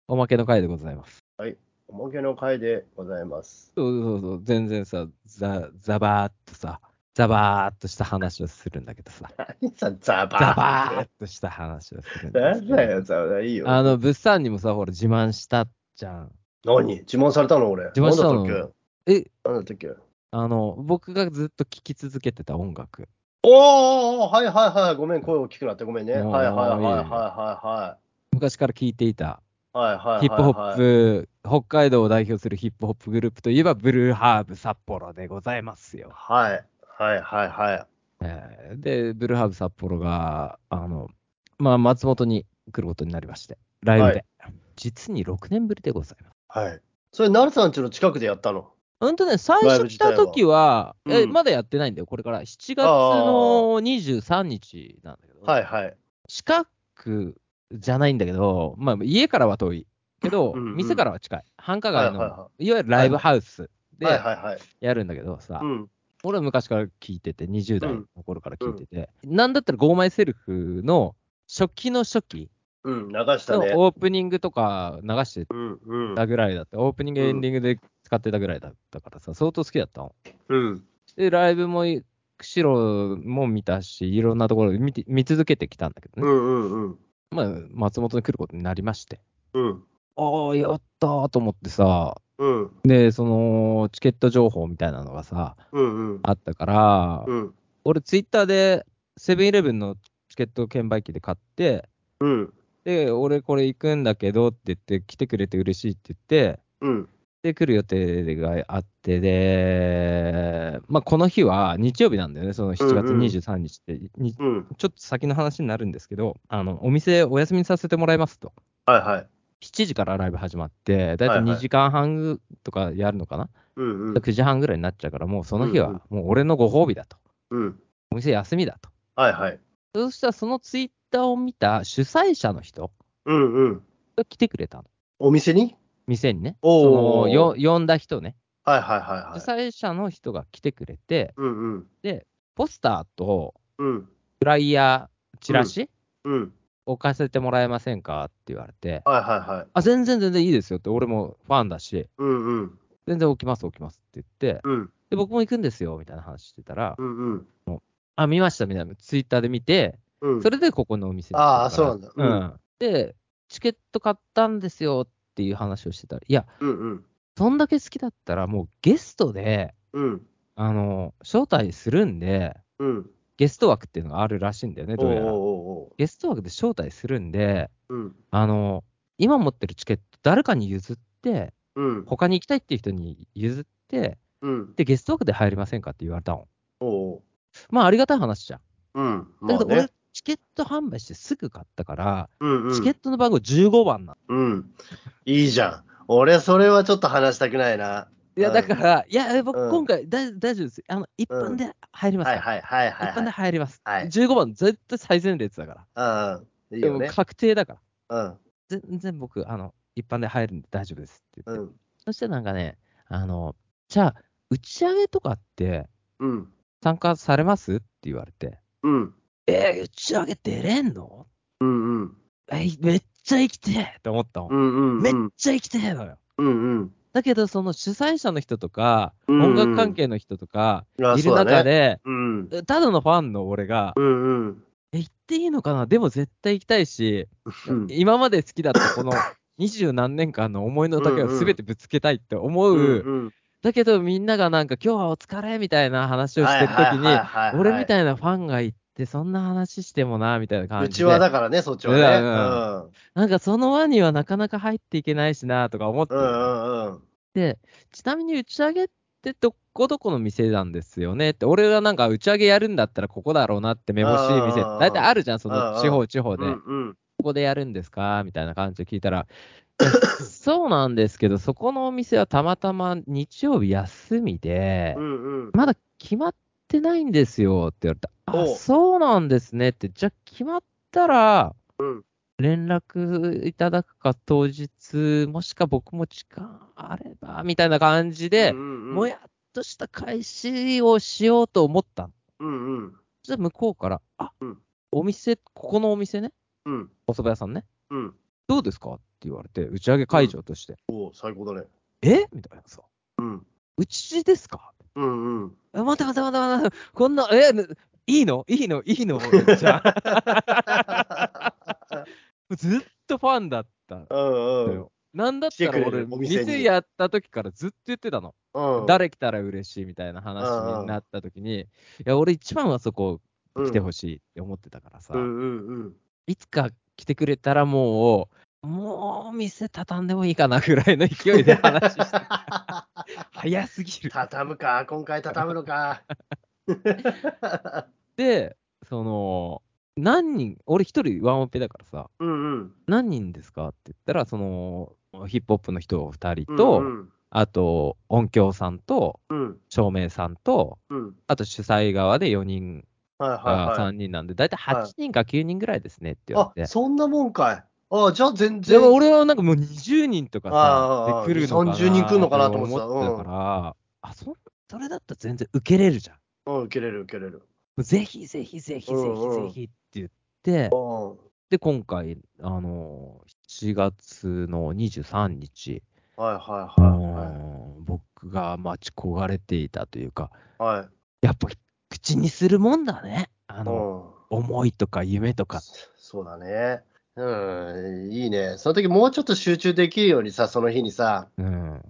おまけの回でございます。 はい。おまけの回でございます。 そう。全然さ、ザバーっとした話をするんだけどさ。 何さ、ザザバーって。 バーっとした話をするんでなんすけど。 だよ、ザバー。いいよ。 物産にもさ、ほら、自慢したじゃん。 何自慢されたの俺。 自慢何だったっしたの。 け何だったっけ僕がずっと聴き続けてた音楽。 おー、はいはいはい。ごめん、声を大きくなってごめんね。はいはいはいもう、いはいいよ。 は昔から聴いていた。 いはい。はいはいヒップホッはいはい。 プ、北海道を代表するヒップホップグループといえば、ブルーハーブ札幌でございますよ。 はいはいはいはい。 で、ブルーハーブ札幌が、松本に来ることになりまして、ライブはい。 で。実に6年ぶりでございます。 はい。それ、なるさんちの近くでやったの最ライブ初来た自体は。 時は、 うん。 まだやってないんだよ、これから。7 あ月あ、 の23日なんだけど、 はいはい。 近くじゃないんだけど、まあ、家からは遠いけど、店うんうん。 からは近い。繁華街の、 はいはいはいわゆるい。はライブいはい。 ハウスはいではいはい。 やるんだけどさ、 うん。 俺は昔から聞いてて、20代うん。 の頃からうん。 聞いてて、なんだったらゴーマイセルフの初期の初期うん。流したのね。 オープニングとか流してうんうん。 たぐらいだった。オープニング、エンうん。 ディングで使ってたぐらいだったからさ、相当好きだったの。 うん。 で、ライブも、釧路も見たし、いろんなところで見続けてきたんだけどね。 うんうんうん。 まあ、松本に来ることになりまして。 うん。 ああ、やったーと思ってさ、 うん。 で、その、チケット情報みたいなのがさ、 うんうん。 あったから、 うん。 俺、ツイッターで、セブンイレブンのチケット券売機で買って、 うん。 で、俺これ行くんだけどって言って、来てくれて嬉しいって言って、 うん。 で、来る予定があって、で、まあ、この日は日曜日なんだよね、その7月うん。 23日って、 うん。 ちょっと先の話になるんですけど、お店お休みさせてもらいますと。 はいはい。 7時からライブ始まって、だいたい2 はいはい。 時間半とかやるのかな？ うんうん。 9 時半ぐらいになっちゃうから、もうその日は、 うんうん。 もう俺のご褒美だと。 うん。 お店休みだと。 はいはい。 そしたらそのツイッターを見た主催者の人うんうん。 が来てくれたの。 お店に店にね。 おー。 呼んだ人ね。 はいはいはい主はい。 催者の人が来てくれて、 うんうん。 で、ポスターとうん。 フライヤー、チうん。 ラシうん。 置かせてもらえませんかって言われて、 はいはいはい。 あ、全然いいですよって、俺もファンだし、 うんうん。 全然置きますって言って、 うん。 で、僕も行くんですよ、みたいな話してたら、 うんうん。 あ、見ました、みたいな、ツイッターで見て、 うん。 それでここのお店に来てああ、 るから、 そうなんだ。うん。 で、チケット買ったんですよっていう話をしてたら、いや、 うんうん。 そんだけ好きだったら、もうゲストで、 うん。 招待するんで、 うん。 ゲスト枠っていうのがあるらしいんだよね、 おうおどうやら。 うおうおう。 ゲスト枠で招待するんで、 うん。 あの、今持ってるチケット、誰かに譲って、 うん。 他に行きたいっていう人に譲って、 うん。 で、ゲスト枠で入りませんかって言われたの。 おうまあ、ありがたい話じゃん。 おう。うん。 だけど、俺、 まあね。 チケット販売してすぐ買ったから、 うんうチケッん。 トの番号15番なの。 うん。いいじゃん。俺、それはちょっと話したくないな。 いや、だかうん。 ら、いや、僕、 うん。 今回、大丈夫です。一うん。 般で入りますから。 はいはいはいはい一般ではい。 入ります。 はい。 15番、絶対最前列だから。 うん。いいでも、 よね。 確定だから。 うん。 全然僕、一般で入るんで大丈夫ですって言って。 うん。 そしてなんかね、あの、じゃあ、打ち上げとかってうん。 参加されますって言われて、 うん。 打ち上げ出れんの？ うんうん。 めっちゃ行きてえって思ったの。 うんうんめっうん。 ちゃ行きてえのよ。 うんうん。 だけど、その主催者の人とか、 う音楽んうん。 関係の人とか、 あ、 いるそうだね。 中で、 うん。 ただのファンの俺が、 うんうん。 行っていいのかな？でも絶対行きたいし、 うん。 今まで好きだったこの20何年間の思いのう丈をんうん。 全てぶつけたいって思う。 うんうん。 だけどみんながなんか今日はお疲れみたいな話をしはいてるときに、 はいはいはい俺みはい。 たいなファンが行ってそんな話してもな、みたいなうちわ感じで、 だからね、そっちうんうはね。うん。 ん。うんなんかその輪にはなかなか入っていけないしな、とか思っうてるのよ。 んうん。 で、ちなみに打ち上げってどこの店なんですよねって、俺がなんか打ち上げやるんだったらここだろうなってめうんうぼしい店、大体んうん。 あるじゃん、その地方地方うんで。 うん。 ここでやるんですかみたいな感じで聞いたら、いや、そうなんですけど、そこのお店はたまたま日曜日休みで、 うんうん。 まだ決まってないんですよって言われた。あ、 おう。 そうなんですねって、じゃあ決まったら、 うん。 連絡いただくか当日、もしか僕も時間あれば、みたいな感じうんで、 うんうん。 もやっとした開始をしようと思ったの。 うんうん。 そしたら向こうから、あ、 うんここのお店ね、 うん。 お蕎麦屋さんね。 うん。 どうですかって言われて、打ち上げ会場として。 お最高だね。 みたいなさ。 うん。 うちですかうんうん。 待て待て待て待て、こんな、いいのじゃあ。ずっとファンだったうんうん。 のよ。なんだっ来てたら俺、 くれる、お店に。 店やった時からずっと言ってたの。 うん。 誰来たら嬉しいみたいな話にうんなった時に、いや、俺一番はそこ来てうん。 ほしいって思ってたからさ、 うんうんうん。 いつか来てくれたらもう店畳んでもいいかなぐらいの勢いで話してた。早すぎる。 畳むか、今回畳むのか。 で、その、俺一人ワンオペだからさ、 うんうん。 何人ですかって言ったら、ヒップホップの人2人うと、 んうん。 あと音響さんと、 うん。 照明さんと、 うん。 あと主催側で4人はいかはいはい。 3人なんで、だいたい8 はい。 人か9人ぐらいですねって言われあ、 て。 そんなもんかい。あ、じゃあ全でも然、 俺はなんかもう20人とかさ、でああ、2、 来るのか 30人来るなのかなと思ってた。 と思ってたから、それだったら全然受けれるじゃん。 うん。うん、受けれる受けれる。 ぜひぜひぜひぜひうんうん。 ぜひって言って、 うん。 で、今回、7月の23日、 はいはいは僕が待ち焦がれていたというか、 いはい。はい。 やっぱ口にするもんだね。 うん。 思いとか夢とか。 そうだね。うん、いいね。その時もうちょっと集中できるようにさ、その日にさ、 うん。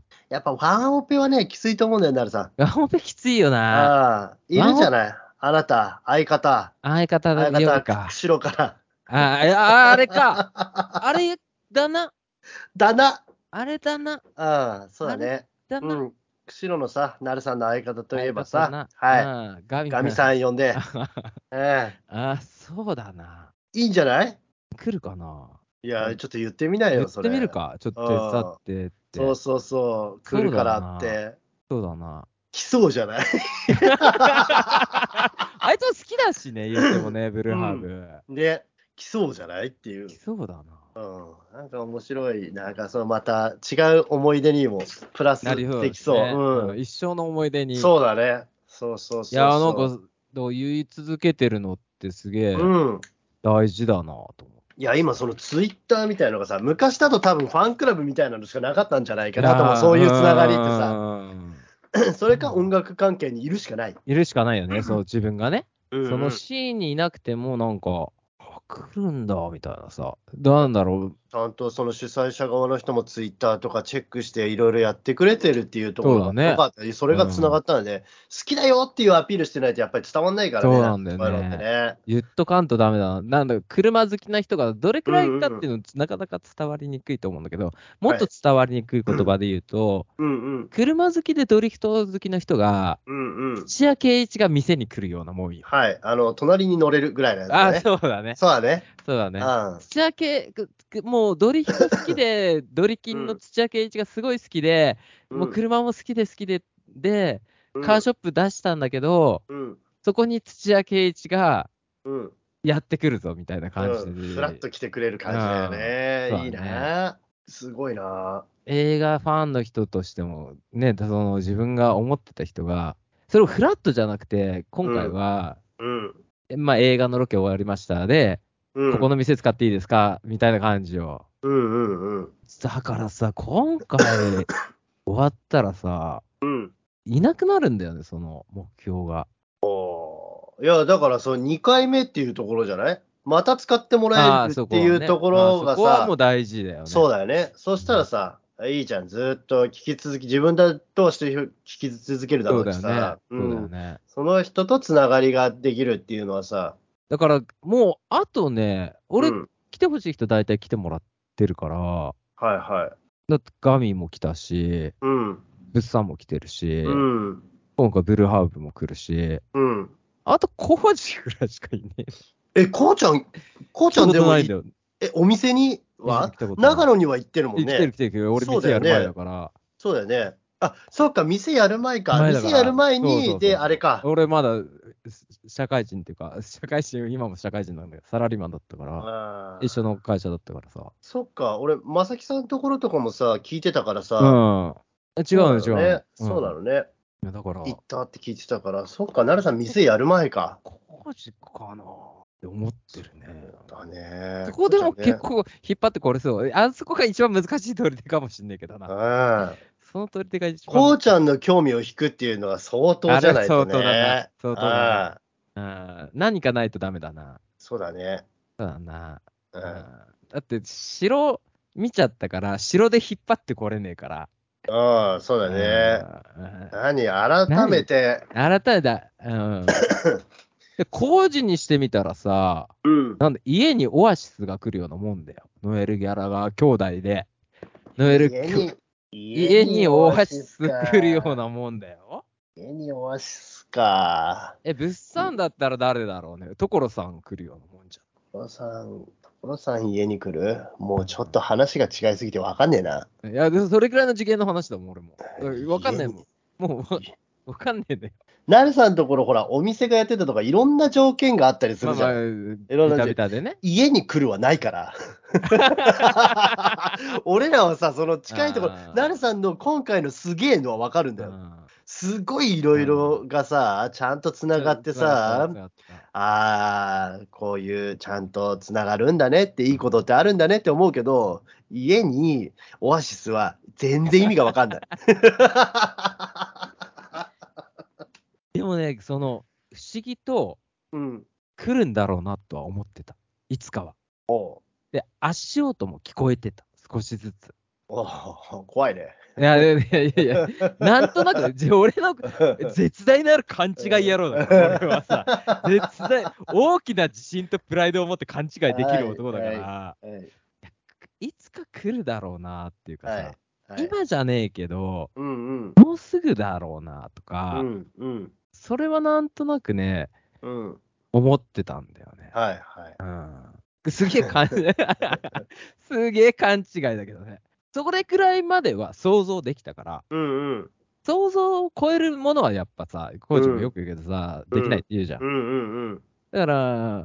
やっぱワンオペはね、きついと思うんだよ、なるさん。 ワンオペきついよな。 ああ、いワンオペ、 るじゃない。あなた、相方、 相方相方、 呼ぶか。 釧路から。 あれか。あれだな。 だな。 あれだな。 ああ、そうあれだね。 だな。 うん。釧路のさ、なるさんの相方といえ相ばさ、 方な。 はい。 ガミガミさん呼んで、 そうだな。 いいんじゃない？ 来るかな。 いや、ちょっと言ってみなよ、そ言ってみるれ。 か。ちょっうと手伝っん。 てって。 そうそうそう、来そうだるからっな。 て、 そうだな。 来そうじゃない？ あいつも好きだしね、言ってもね、ブルーハーうん。 ブ。 で、来そうじゃないっていう。 来そうだな。 うん。なんか面白い、なんかそのまた違う思い出にもプラスなりそうできそう。 ですね。 うん。 一生の思い出に。 そうだね。そうそういやそうなんか、 そ言い続けてるのってすげう。 えうん。 大事だなと思っていや、 さ。 今そのツイッターみたいなのがさ、昔だと多分ファンクラブみたいなのしかなかったんじゃないかいなと思う。 やー、 そういうつながりってさ、それか音そう。 楽関係にいるしかない。 いるしかないよね、そう、自分がね。そのうんうん。 シーンにいなくても、なんか、来るんだ、みたいなさ。なんだろう。 ちゃんとその主催者側の人もツイッターとかチェックしていろいろやってくれてるっていうところが良そうだね。 かったり、それがつながうん。 ったので、好きだよっていうアピールしてないとやっぱり伝わんないからね、なんかそうなんだよそういうのってね。 ね。 言っとかんとダメだな。なんだ、車好きな人がどれくうらいんうん。 かっていうのなかなか伝わりにくいと思うんだけど、もっとはい。 伝わりにくい言葉で言うと、 うんうん。 車好きでドリフト好きな人が、 うんうん。 土屋圭一が店に来るようなもんよ。 はい。隣に乗れるぐらいのやつだね。 そうだね。 そうだね。 そうだうね。 ん。 土屋圭、もうドリフト好きで、ドリキンのうん。 土屋圭一がすごい好きで、もううん。 車も好きで好きで、 うん。 カーショップ出したんだけど、 うん。 そこに土屋圭一がうん。 やってくるぞみたいな感じうん。フラッで、 と来てくれるう感じだよん、 ね。いいそうだね。 な。すごいな。 映画ファンの人としても、ね、自分が思ってた人が、それをフラットじゃなくて、今回うん。 は、 うん。 まあ映画のロケ終わりましたで、ここうん。 の店使っていいですかみたいな感じを。 うんうんうん。 だからさ、今回終わったらさ、 うん。 いなくなるんだよね、その目標が。 いや、だからその2回目っていうところじゃない？また使ってもらえるああ、そってこはね。 いうところああ、そこはもがさ、 う大事だよね。 そうだよね。そしたらうん、 さ、いいじゃん。ずーっと聞き続き、自分だとして聞き続けるだそうろうだよね。 しさ、うそうだよん。 ね。 その人とつながりができるっていうのはさ、 だから、もう、あとね、俺、 うん。 来てほしい人大体来てもらってるから、 はいはい。 だってガミも来たし、 うん。 物産も来てるうし、 ん。 今回ブルーハーブも来るし、 うん。 あとコージぐらいしかいねえ。 こうちゃん来たこでもい、 とないんだよ。 お店に店には来たことない。 長野には行ってるもん来てるね。 来てる来てる。俺そうだ店やる前だよね。 から。 そうだよね。あ、そうか、店やる前か。 前だから。 店やる前そうそに、で、 うそうそあれか。 う。俺まだ社会人っていうか、社会人、今も社会人なんだけど、サラリーマンだったから、一緒ああ、 の会社だったからさ。 そっか。俺、まさきさんのところとかもさ、聞いてたからうさ、 ん。違うそうなの違うの。 のね。 うん。 そうなのね。 いやだから、 行ったって聞いてたから、そっか、奈良さん店やる前か。 工事かな。 て思ってるね。 だね。 そこでもこうちゃんね結構引っ張ってこれそう。あそこが一番難しい取り手かもしんないけどな。 うん。 その取り手が一番こうちゃんの興味を引くっていうのは相当あれはじゃないと相当だな。 ね。 相当だな。 うん。 何かないとダメだな。 そうだね。 そうだな。 うん。 だって、城見ちゃったから、城で引っ張ってこれねえから。 うん、そうだね。改めて。 改めて、で、工事にしてみたらさ、 うん。 なんで家にオアシスが来るようなもんだよ。ノエル・ギャラガー兄弟で。ノエル、家にオアシス来るようなもんだよ。 家にオアシスか。 物産だったら誰だろうね。所さん来るようなもんじ所さん家に来るもうちょっと話が違いすぎてわかんねえな。 ゃん。いや、でそれくらいの次元の話だもん、俺も。わかんないもん。 家にもう、わかんねえんだよ。 なるさんのところ、ほら、お店がやってたとか、いろんな条件があったりするじゃん。いろんビタなビタでね。 家に来るはないから。俺らはさ、その近いところ、なるさんの今回のすげえのはわかるんだよ。すごいいろいろがさ、ちゃんとつながってさ、こういうちゃんとつながるんだねっていいことってあるんだねって思うけど、家にオアシスは全然意味がわかんない。 でもね、不思議とうん。 来るんだろうなとは思ってた。いつかは。で、足音も聞こえてた。少しずつ。 怖いね。 いや、なんとなく、俺の絶大なる勘違い野郎だから、俺はさ、大きな自信とプライドを持って勘違いできる男だから、いつか来るだろうなっていうかさ、今じゃねえけど、もうすぐだろうなとか、それはなんとなくね、思ってたんだよね。すげえすげえ勘違いだけどね。それくらいまでは想像できたから、想像を超えるものはやっぱさ、コーチもよく言うけどさ、できないって言うじゃん。だから、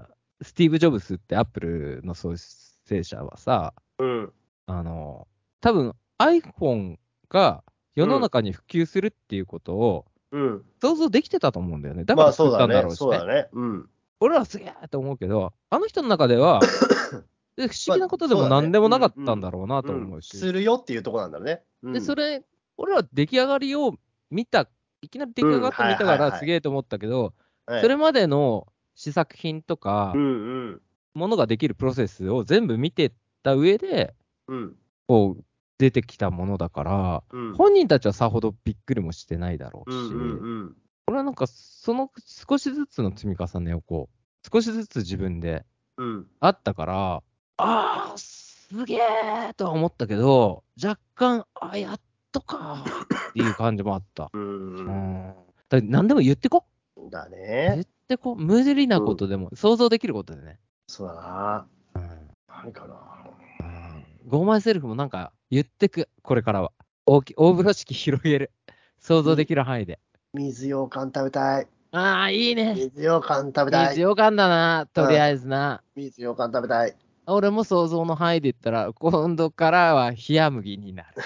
スティーブ・ジョブスってアップルの創生者はさ、多分 iPhone が世の中に普及するっていうことを想像できてたと思うんだよね。だから作ったんだろうしね。俺はすげえと思うけど、あの人の中では、不思議なことでも何でもなかったんだろうなと思うし。 するよっていうところなんだろうね。 で、俺は出来上がりを見た、いきなり出来上がって見たからすげえと思ったけど、それまでの試作品とか、ものができるプロセスを全部見てった上で、こう、出てきたものだから、本人たちはさほどびっくりもしてないだろうし、俺はなんか、その少しずつの積み重ねを少しずつ自分であったから、すげえとは思ったけど、若干、やっとかっていう感じもあった。だ何でも言ってこ。 だね。 言ってこ。無理なことでも、想像できることでね。 そうだな。何かな。 ゴーマイセルフもなんか言ってく、これからは。大風呂敷広げる。想像できる範囲で。 水羊羹食べたい。 いいね。 水羊羹食べたい。 水羊羹だな、とりあえずな。 水羊羹食べたい。 俺も想像の範囲で言ったら、今度からは冷麦になる。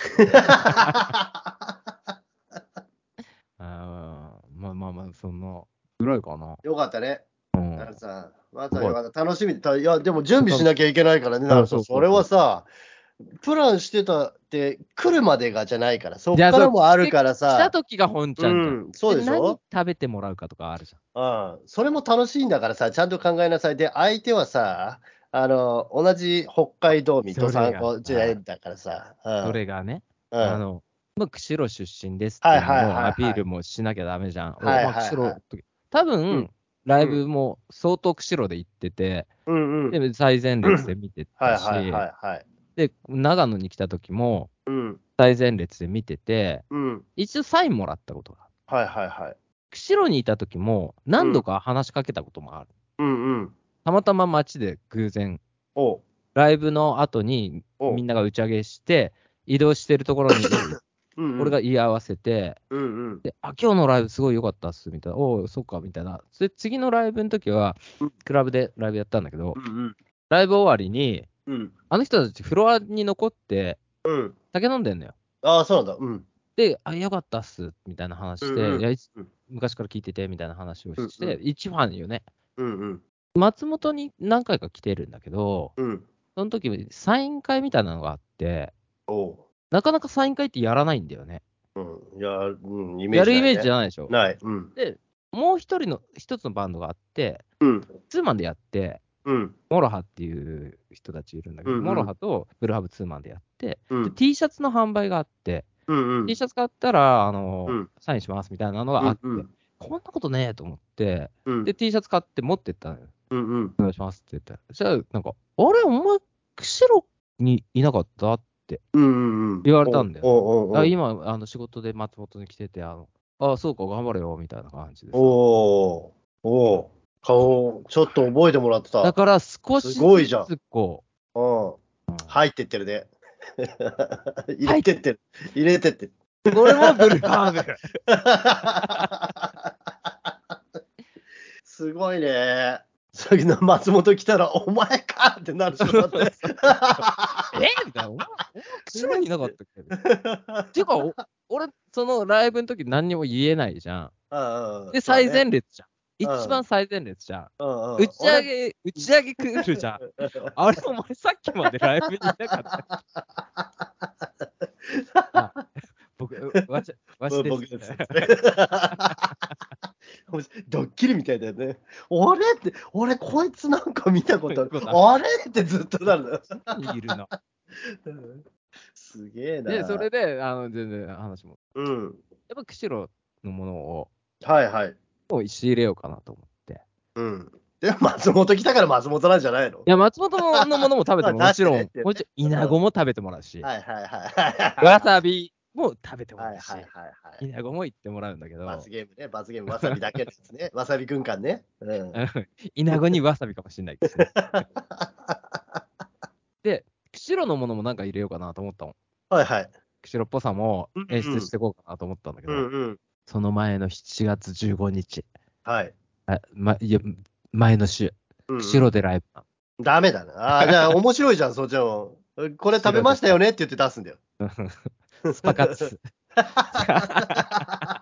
そんなぐらいかな。 よかったね。なるさん。まずはよかった。楽しみ。いや、でも準備しなきゃいけないからね、なるさん。それはさ、プランしてたって来るまでがじゃないから、そっからもあるからさ。 来た時が本ちゃんじゃん。 そうでしょ。 何食べてもらうかとかあるじゃん。それも楽しいんだからさ、ちゃんと考えなさい。で、相手はさ、同じ北海道民と参考じゃないんだからさ。 それがね、釧路出身ですっていうのをアピールもしなきゃダメじゃん。多分、ライブも相当釧路で行ってて、で、最前列で見てたし、で、長野に来た時も、最前列で見てて、一応サインもらったことがある。釧路にいた時も、何度か話しかけたこともある。たまたま街で偶然、ライブの後にみんなが打ち上げして、移動してるところに、俺が言い合わせて、で、今日のライブすごい良かったっす、みたいな。そっか、みたいな。で、次のライブの時は、クラブでライブやったんだけど、ライブ終わりに、あの人たちフロアに残って、酒飲んでんのよ。 そうなんだ。 で、良かったっす、みたいな話して、昔から聞いてて、みたいな話をして、一ファンよね。 松本に何回か来てるんだけど、 うん。 その時サイン会みたいなのがあって、 おう。 なかなかサイン会ってやらないんだよね。 うん。いや、うん、イメージない、ね。 やるイメージじゃないでしょ。 ない。うん。 で、もう一つのバンドがあって、 うん。 ツーマンでやって、 うん。 モロハっていう人たちいるんだけど、 うんうんモロハとブルーハブツーマンでやって、でうん。 T シャツの販売があって、 うん。 T シャツ買ったら、 うん。 サインしますみたいなのがあって、 うん。 こんなことねえと思って、 うん。 で、T シャツ買って持ってったのよ。 うん。うん。 お願いしますって言ったら。じゃあ、なんか、あれ、お前、釧路にいなかったってうん。うん。 言われたんだよね。 おう。 今、仕事で松本に来てて、そうか、頑張れよ、みたいな感じでさ。 おう。おう。顔、ちょっと覚えてもらってた。 だから、少すしずごいじゃん。 つ、こうん。 う、 入ってってるね。入はい、 れてってる。入れてってる。 これもブルーハーブ。 すごいね。さっきの松本来たら、お前かってなる人だって。 みたいな。お前、釧路にいなかったっけっていうか、俺、そのライブの時何にも言えないじゃん。で、最前列じゃん。一番最前列じゃん。打ち上げ来るじゃん。あれ、お前さっきまでライブにいなかった。僕です。 ドッキリみたいだよね。俺こいつなんか見たことある。あれってずっとなるの。 いるの。 すげえな。 で、それで、全然話も。 うん。 やっぱ釧路のものをはいはい。 仕入れようかなと思って。 うん。で、松本来たから松本なんじゃないの？ いや、松本のものも食べてももちろん、イナゴも食べてもらうし、 はいはいはい。 わさびも食べてもらうし、 はいはいはい。 イナゴも行ってもらうんだけど、 罰ゲームね、罰ゲーム、わさびだけのやつね。わさび軍艦ね。うん。 イナゴにわさびかもしれないですね。で、釧路のものもなんか入れようかなと思ったの。 はいはい。 釧路っぽさも演出していこうかなと思ったんだけど、 うんうん。 その前の7月15日、 はい。 いや前の週、釧路でライブなの。 ダメだな。ああ、じゃあ面白いじゃん、そっちの。これ食べましたよねって言って出すんだよ。 スパカッツ。